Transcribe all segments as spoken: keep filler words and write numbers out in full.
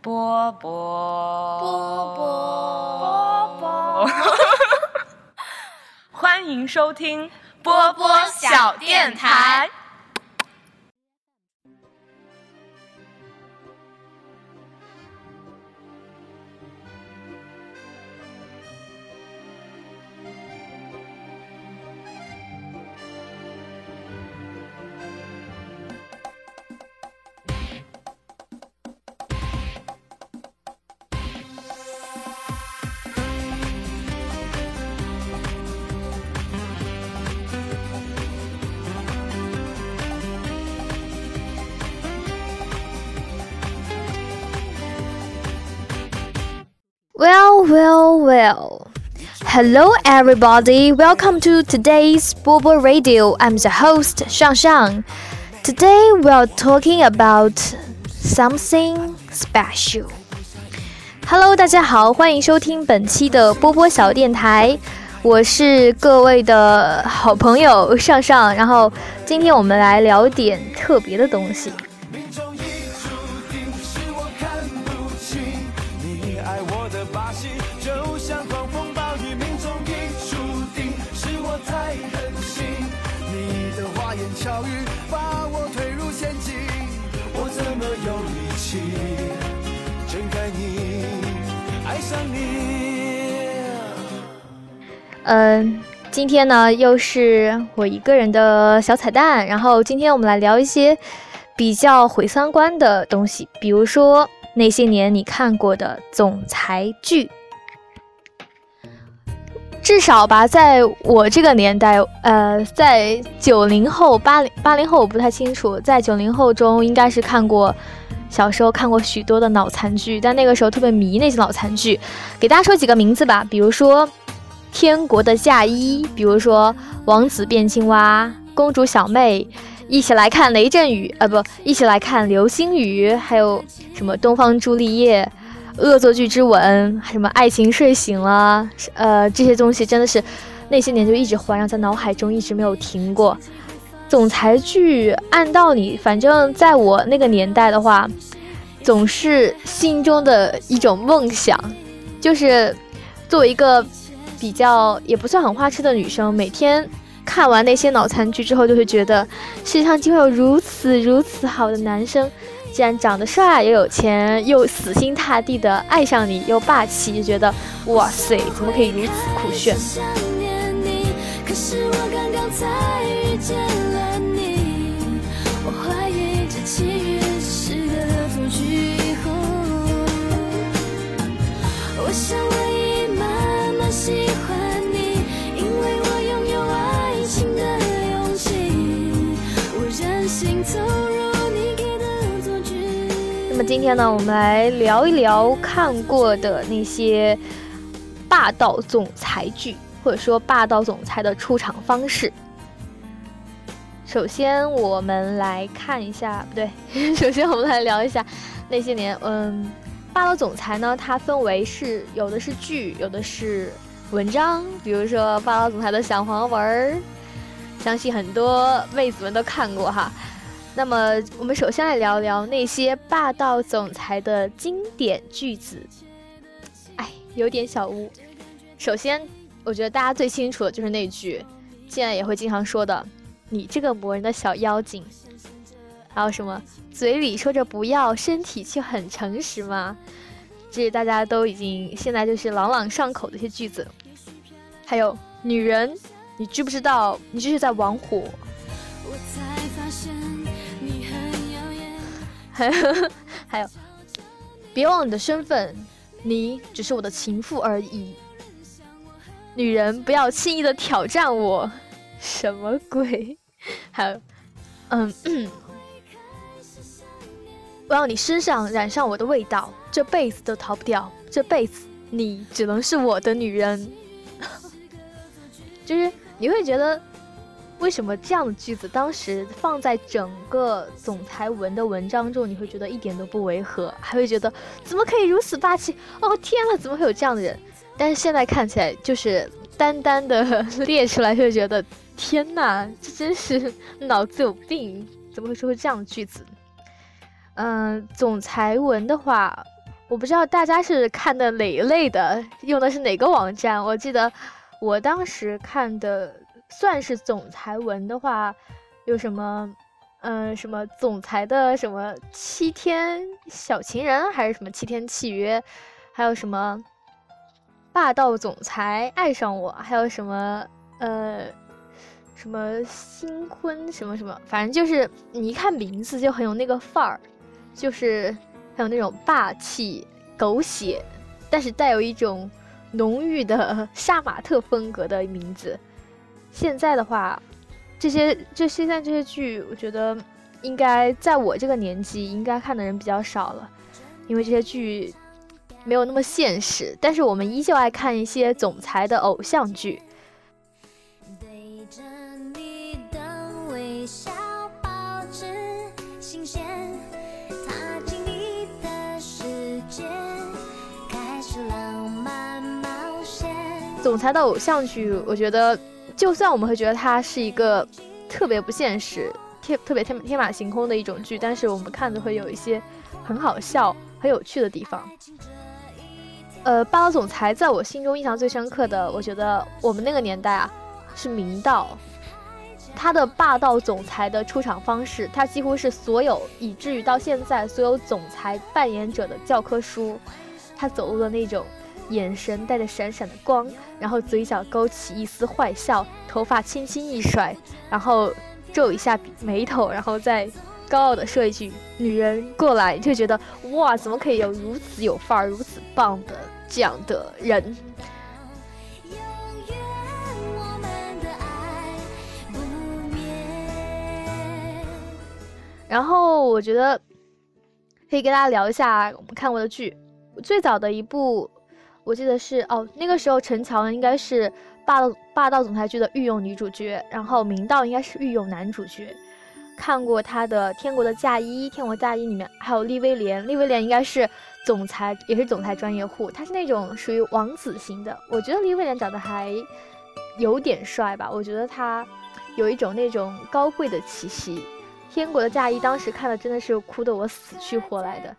波波波波波波，欢迎收听波波小电台。 Well, well, well. Hello, everybody. Welcome to today's Bobo Radio. I'm the host, Shang Shang. Today, we are talking about something special. Hello, 大家好，欢迎收听本期的波波小电台。我是各位的好朋友上上，然后今天我们来聊点特别的东西。嗯，今天呢又是我一个人的小彩蛋，然后今天我们来聊一些比较毁三观的东西，比如说那些年你看过的总裁剧。至少吧，在我这个年代，呃，在九零后、八零八零后我不太清楚，在九零后中应该是看过，小时候看过许多的脑残剧，但那个时候特别迷那些脑残剧。给大家说几个名字吧，比如说《天国的嫁衣》，比如说《王子变青蛙》、《公主小妹》，一起来看雷阵雨，呃，不，一起来看流星雨，还有什么《东方朱丽叶》。恶作剧之吻，什么爱情睡醒了，呃，这些东西真的是那些年就一直环绕在脑海中，一直没有停过。总裁剧按道理，反正在我那个年代的话，总是心中的一种梦想，就是作为一个比较也不算很花痴的女生，每天看完那些脑残剧之后，就会觉得世界上竟会有如此如此好的男生。既然长得帅又有钱又死心塌地的爱上你又霸气，就觉得哇塞，怎么可以如此酷炫。可是我刚刚才遇见了你，我怀疑这奇遇是个恶作剧。我想我已慢慢喜欢你，因为我拥有爱情的勇气，我任性投入。那么今天呢，我们来聊一聊看过的那些霸道总裁剧，或者说霸道总裁的出场方式。首先我们来看一下，不对，首先我们来聊一下那些年，嗯，霸道总裁呢，它分为是有的是剧，有的是文章，比如说霸道总裁的小黄文，相信很多妹子们都看过哈。那么我们首先来聊聊那些霸道总裁的经典句子。哎，有点小污。首先我觉得大家最清楚的就是那句现在也会经常说的，你这个磨人的小妖精。还有什么嘴里说着不要，身体却很诚实吗？这是大家都已经现在就是朗朗上口的一些句子。还有女人，你知不知道你这是在玩火。我才发现你很耀眼。还有别忘了你的身份，你只是我的情妇而已。女人不要轻易的挑战我。什么鬼？还有嗯嗯，我要你身上染上我的味道，这辈子都逃不掉，这辈子你只能是我的女人。就是你会觉得为什么这样的句子当时放在整个总裁文的文章中，你会觉得一点都不违和，还会觉得怎么可以如此霸气，哦天啊，怎么会有这样的人？但是现在看起来就是单单的列出来，就觉得天哪，这真是脑子有病，怎么会说出这样的句子？嗯、呃，总裁文的话， 我不知道大家是看的哪一类的，用的是哪个网站。我记得我当时看的算是总裁文的话，有什么嗯、呃，什么总裁的什么七天小情人，还是什么七天契约，还有什么霸道总裁爱上我，还有什么呃什么新婚什么什么，反正就是你一看名字就很有那个范儿，就是很有那种霸气狗血，但是带有一种浓郁的杀马特风格的名字。现在的话，这些这现在这些剧，我觉得应该在我这个年纪应该看的人比较少了，因为这些剧没有那么现实，但是我们依旧爱看一些总裁的偶像剧。 对着你的微笑保持新鲜，踏进你的世界，开始浪漫冒险。 总裁的偶像剧，我觉得就算我们会觉得它是一个特别不现实、天特别天天马行空的一种剧，但是我们看着会有一些很好笑、很有趣的地方。呃，霸道总裁在我心中印象最深刻的，我觉得我们那个年代啊，是明道。他的霸道总裁的出场方式，他几乎是所有以至于到现在所有总裁扮演者的教科书。他走路的那种眼神带着闪闪的光，然后嘴角勾起一丝坏笑，头发轻轻一甩，然后皱一下眉头，然后再高傲的说一句女人过来，就觉得哇，怎么可以有如此有范儿如此棒的这样的人。然后我觉得可以跟大家聊一下我们看过的剧。最早的一部我记得是哦，那个时候陈乔恩应该是霸道霸道总裁剧的御用女主角，然后明道应该是御用男主角。看过他的《天国的嫁衣》，《天国嫁衣》里面还有利威廉，利威廉应该是总裁，也是总裁专业户，他是那种属于王子型的。我觉得利威廉长得还有点帅吧，我觉得他有一种那种高贵的气息。《天国的嫁衣》当时看的真的是哭得我死去活来的。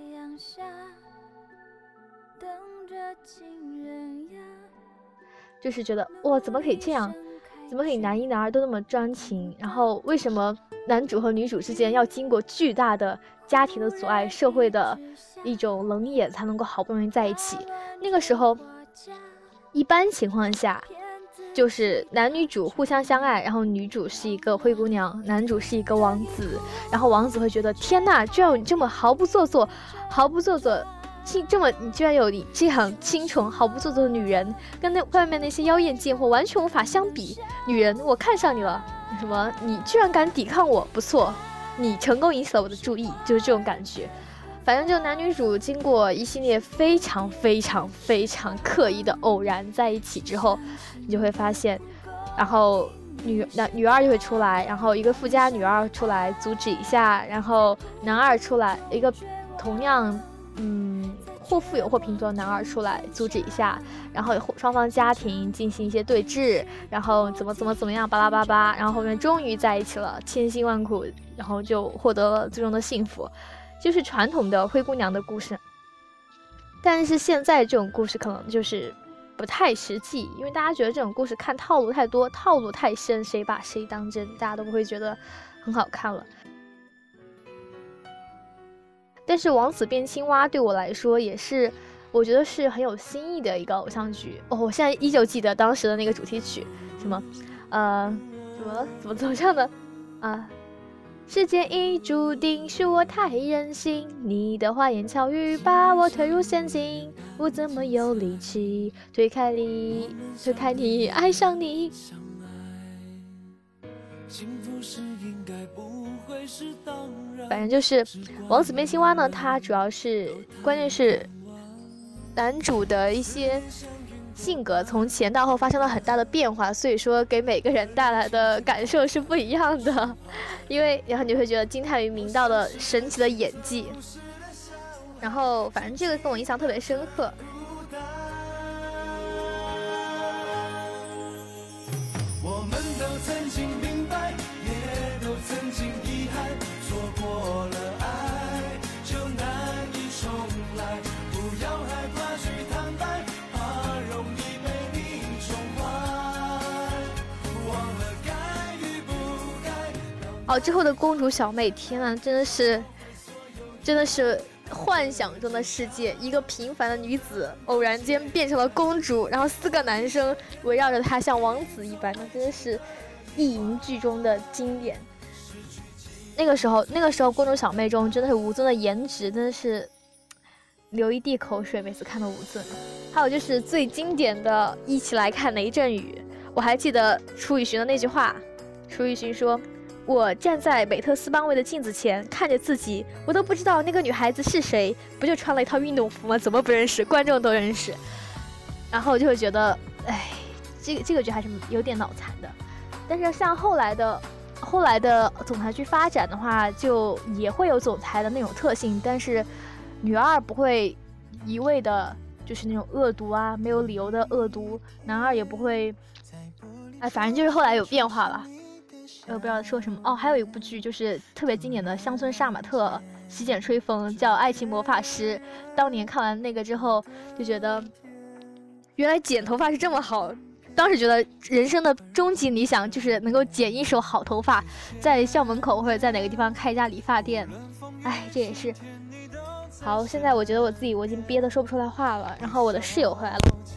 就是觉得哇，怎么可以这样？怎么可以男一男二都那么专情？然后为什么男主和女主之间要经过巨大的家庭的阻碍、社会的一种冷眼，才能够好不容易在一起？那个时候，一般情况下，就是男女主互相相爱，然后女主是一个灰姑娘，男主是一个王子，然后王子会觉得天哪，居然有你这么毫不做作、毫不做作。这么你居然有你这样清纯毫不做作的女人，跟那外面那些妖艳贱货完全无法相比。女人，我看上你了，什么你居然敢抵抗我，不错，你成功引起了我的注意，就是这种感觉。反正就男女主经过一系列非常非常非常刻意的偶然在一起之后，你就会发现，然后女男女二就会出来，然后一个富家女二出来阻止一下，然后男二出来，一个同样嗯，或富有或贫穷的男二出来阻止一下，然后双方家庭进行一些对峙，然后怎么怎么怎么样巴拉巴拉，然后后面终于在一起了，千辛万苦，然后就获得了最终的幸福，就是传统的灰姑娘的故事。但是现在这种故事可能就是不太实际，因为大家觉得这种故事看套路太多，套路太深，谁把谁当真，大家都不会觉得很好看了。但是王子变青蛙对我来说也是我觉得是很有新意的一个偶像剧哦。我现在依旧记得当时的那个主题曲，什么呃怎么怎么怎么唱的啊？时间已注定是我太任性，你的花言巧语把我推入陷阱，我怎么有力气推开你，推开你，爱上你。反正就是王子变青蛙呢，它主要是关键是男主的一些性格从前到后发生了很大的变化，所以说给每个人带来的感受是不一样的。因为然后你会觉得惊叹于明道的神奇的演技，然后反正这个跟我印象特别深刻。 我们都曾经明白，也都曾经遗憾，错过了爱就难以重来， 哦，之后的公主小妹，天呐，真的是，真的是幻想中的世界，一个平凡的女子偶然间变成了公主，然后四个男生围绕着她像王子一般，那真的是意淫剧中的经典。那个时候，那个时候公主小妹中真的是吴尊的颜值真的是流一地口水，每次看到吴尊。还有就是最经典的一起来看雷阵雨，我还记得楚雨荨的那句话，楚雨荨说，我站在美特斯邦威的镜子前看着自己，我都不知道那个女孩子是谁，不就穿了一套运动服吗？怎么不认识？观众都认识。然后我就会觉得，哎，这个这个剧还是有点脑残的。但是像后来的后来的总裁剧发展的话，就也会有总裁的那种特性，但是女二不会一味的就是那种恶毒啊，没有理由的恶毒，男二也不会，哎，反正就是后来有变化了。呃，不知道说什么哦。还有一部剧就是特别经典的乡村杀马特洗剪吹风，叫《爱情魔法师》。当年看完那个之后，就觉得原来剪头发是这么好。当时觉得人生的终极理想就是能够剪一手好头发，在校门口或者在哪个地方开一家理发店。哎，这也是好。现在我觉得我自己我已经憋得说不出来话了，然后我的室友回来了。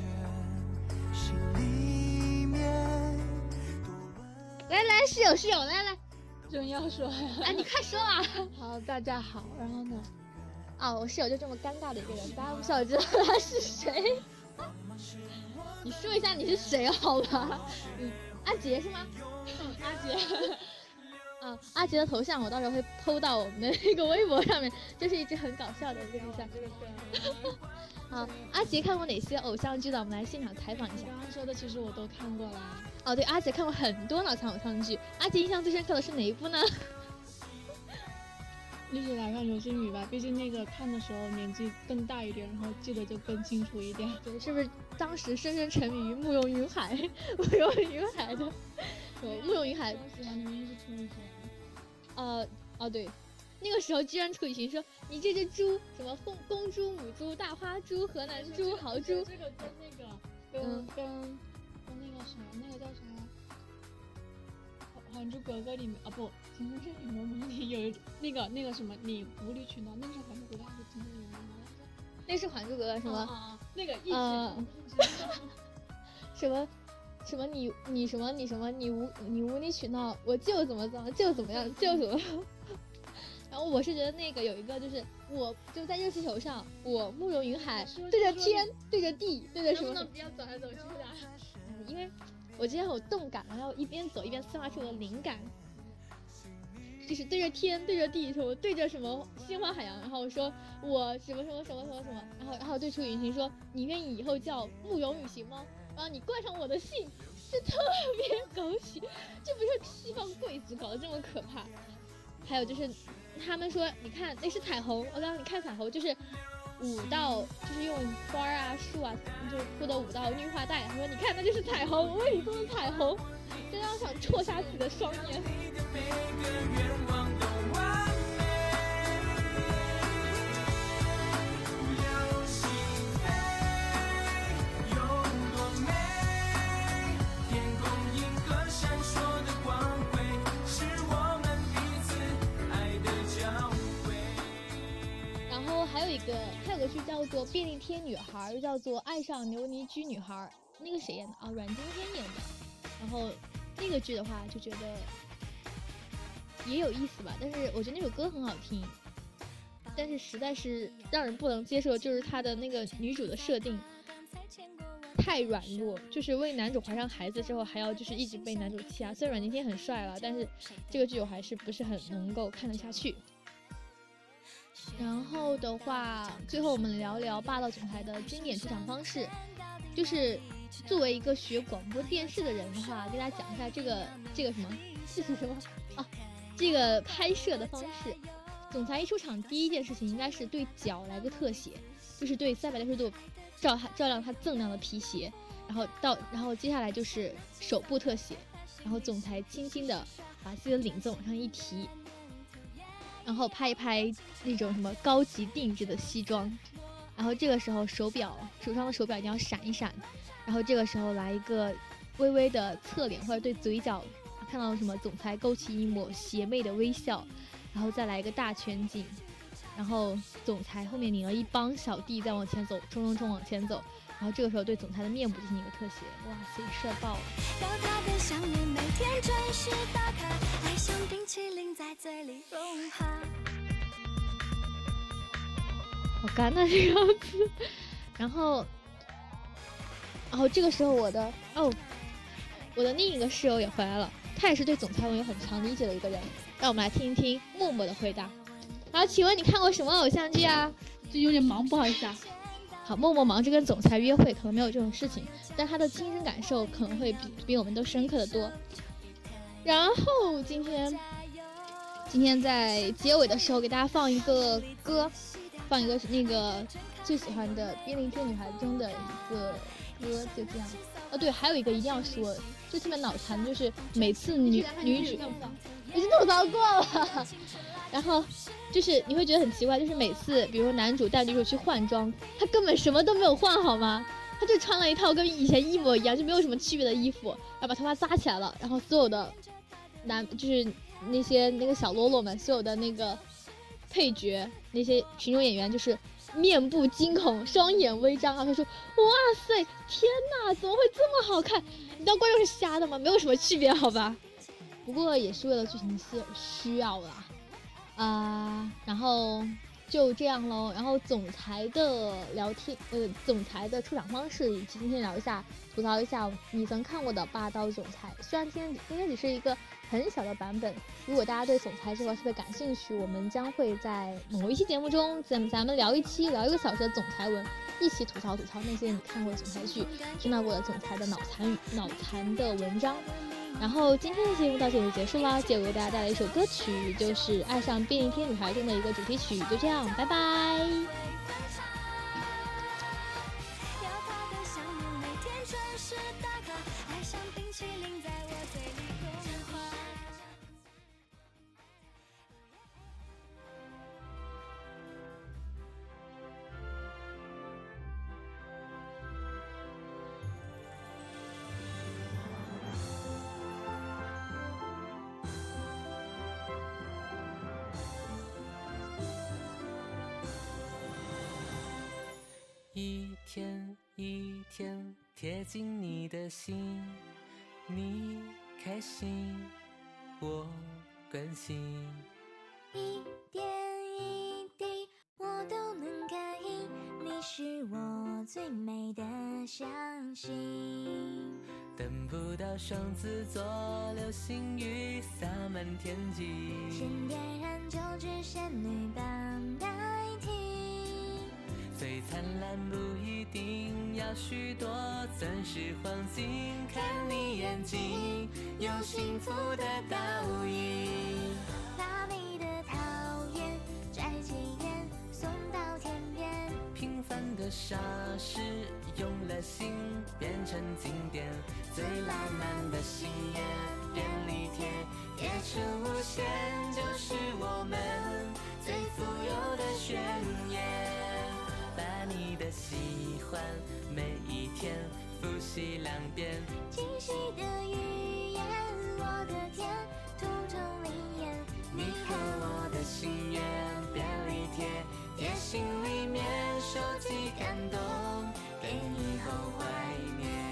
来来，室友室友，来来， 真要说呀？ 哎，你快说啊！ 好，大家好，然后呢？ 哦，我室友就这么尴尬的一个人，大家不需要知道他是谁。你说一下你是谁好吧？嗯，阿杰是吗？ 嗯，阿杰。 啊，阿杰的头像我到时候会 P O 到我们的那个微博上面，就是一只很搞笑的一个头像。好，阿杰看过哪些偶像剧的？我们来现场采访一下。 刚刚说的其实我都看过啦。 哦，对，阿杰看过很多脑残偶像剧。阿杰印象最深刻的是哪一部呢？ 一起来看流星雨吧，毕竟那个看的时候年纪更大一点，然后记得就更清楚一点。 对，是不是当时深深沉迷于慕容云海？慕容云海的，对，慕容云海。 我喜欢的明明是楚雨荨。 呃，哦对，那个时候居然楚雨荨说你这只猪什么公公猪、母猪、大花猪、河南猪、豪猪。 这个跟那个跟、嗯、跟跟那个啥，那个叫啥？《还珠格格》里面啊不，《情深深雨蒙蒙》里有那个那个什么，你无理取闹，那个是《还珠格格》还是《情深深雨蒙蒙》来着？ 那是《还珠格格》是吗？ 啊啊，那个一起、 呃、什么什么你你什么你什么你无你无理取闹，我就怎么怎么就怎么样就怎么样。然后我是觉得那个有一个就是我就在热气球上，我慕容云海对着天对着地对着什么， 能不能不要走来走去的？ 因为我之前有动感，然后一边走一边散发出我的灵感，就是对着天对着地，说对着什么星花海洋，然后我说我什么什么什么什么什么，然后然后对楚雨荨说你愿意以后叫慕容雨行吗？然后你冠上我的姓，就特别狗血，这不是西方贵族搞得这么可怕。还有就是他们说你看那是彩虹，我刚刚你看彩虹就是舞蹈，就是用花啊树啊就铺的舞蹈绿化带，他说你看那就是彩虹，我为你做的彩虹，真让我想戳瞎自己的双眼。还有一个，还有个剧叫做《便利贴女孩》，又叫做《爱上牛泥居女孩》，那个谁演的啊？阮经天演的。然后那个剧的话，就觉得也有意思吧，但是我觉得那首歌很好听，但是实在是让人不能接受，就是她的那个女主的设定太软弱，就是为男主怀上孩子之后，还要就是一直被男主欺压。虽然阮经天很帅了，但是这个剧我还是不是很能够看得下去。然后的话，最后我们聊聊霸道总裁的经典出场方式。就是作为一个学广播电视的人的话，给大家讲一下这个这个什么这是什么啊？这个拍摄的方式。总裁一出场，第一件事情应该是对脚来个特写，就是对三百六十度照照亮他锃亮的皮鞋，然后到然后接下来就是手部特写，然后总裁轻轻的把自己的领子往上一提。然后拍一拍那种什么高级定制的西装，然后这个时候手表手上的手表一定要闪一闪，然后这个时候来一个微微的侧脸或者对嘴角看到什么总裁勾起一抹邪魅的微笑，然后再来一个大全景，然后总裁后面领了一帮小弟在往前走，冲冲冲往前走，然后这个时候对总裁的面部进行一个特写，哇塞，帅爆了！ 要他的想念每天准时打卡，爱像冰淇淋在嘴里融化。 好干呐这个样子。然后，然后这个时候我的哦，我的另一个室友也回来了，他也是对总裁文有很强理解的一个人。让我们来听一听默默的回答。然后，请问你看过什么偶像剧啊？ 就有点忙，不好意思啊。 好，默默忙着跟总裁约会，可能没有这种事情，但他的亲身感受可能会比比我们都深刻的多。然后今天，今天在结尾的时候给大家放一个歌，放一个那个最喜欢的《便利贴女孩》中的一个歌，就这样。哦，对，还有一个一定要说，就特别脑残，就是每次女女主已经吐槽过了，然后就是你会觉得很奇怪，就是每次比如说男主带女主去换装，他根本什么都没有换好吗？他就穿了一套跟以前一模一样，就没有什么区别的衣服，然后把头发扎起来了，然后所有的男就是那些那个小喽啰们，所有的那个配角那些群众演员就是面部惊恐，双眼微张啊！他说：“哇塞，天哪，怎么会这么好看？你当观众是瞎的吗？没有什么区别，好吧？不过也是为了剧情需需要啦，啊、呃，然后就这样咯。然后总裁的聊天，呃，总裁的出场方式，以及今天聊一下，吐槽一下你曾看过的霸道总裁。虽然今天今天只是一个很小的版本，如果大家对总裁这块特别感兴趣，我们将会在某一期节目中，咱咱们聊一期，聊一个小时的总裁文，一起吐槽吐槽那些你看过的总裁剧，听到过的总裁的脑残语、脑残的文章。然后今天的节目到这里就结束啦，结尾为大家带来一首歌曲，就是《爱上便利贴女孩》中的一个主题曲。就这样，拜拜。 一天一天贴近你的心，你开心，我关心。 一点一滴我都能感应，你是我最美的相信。 等不到双子座流星雨洒满天际， 先点燃就只仙女棒代替。 最灿烂不一定要许多钻石黄金，看你眼睛有幸福的倒影， 把你的讨厌摘几点送到天边， 平凡的傻事用了心变成经典，最浪漫的心愿便利贴贴成无限，就是我们最富有的宣言。把你的喜欢每一天复习两遍， 惊喜的语言，我的天，通通灵验。 你和我的心愿便利贴贴心里面，收集感动给以后怀念。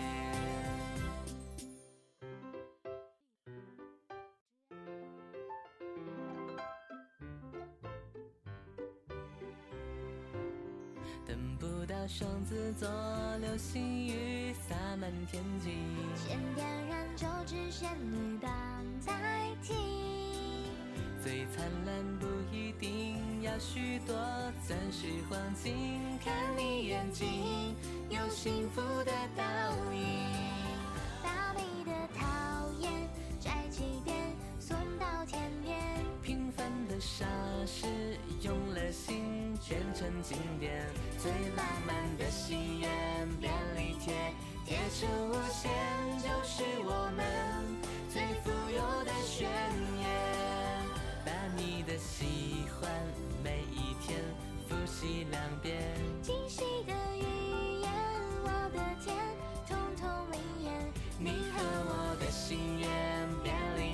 等不到双子座流星雨洒满天际， 先点燃就只仙女棒代替。 最灿烂不一定要许多钻石黄金，看你眼睛有幸福的倒影， 把你的讨厌摘几点送到天边， 平凡的傻事用了心变成经典，最浪漫的心愿便利贴贴成无限，就是我们最富有的宣言。把你的喜欢每一天复习两遍， 惊喜的语言，我的天，通通灵验。 你和我的心愿便利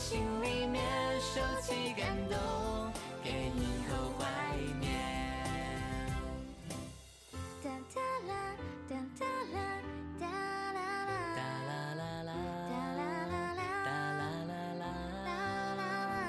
心里面收起感动，给以后怀念。 哒哒啦，哒哒啦，哒啦啦， 哒啦啦啦， 哒啦啦啦， 哒啦啦啦， 哒啦啦。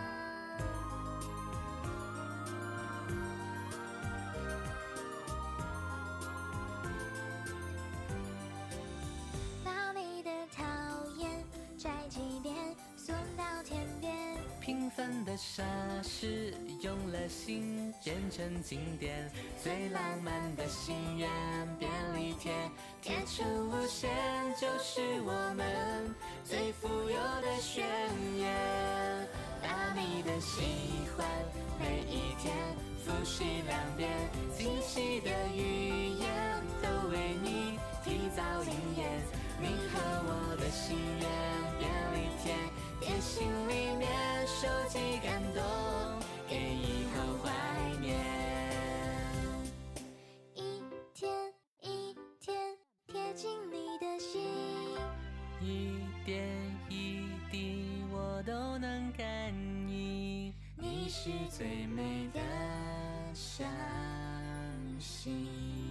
把你的讨厌摘几遍，送到天边。 平凡的傻事用了心变成经典，最浪漫的心愿便利贴贴成无限，就是我们最富有的宣言。把你的喜欢每一天复习两遍，惊喜的语言都为你提早应验。你和我的心愿便利贴贴心里面收集感动，给以后怀念。 一天一天贴近你的心， 一点一滴我都能感应，你是最美的相信。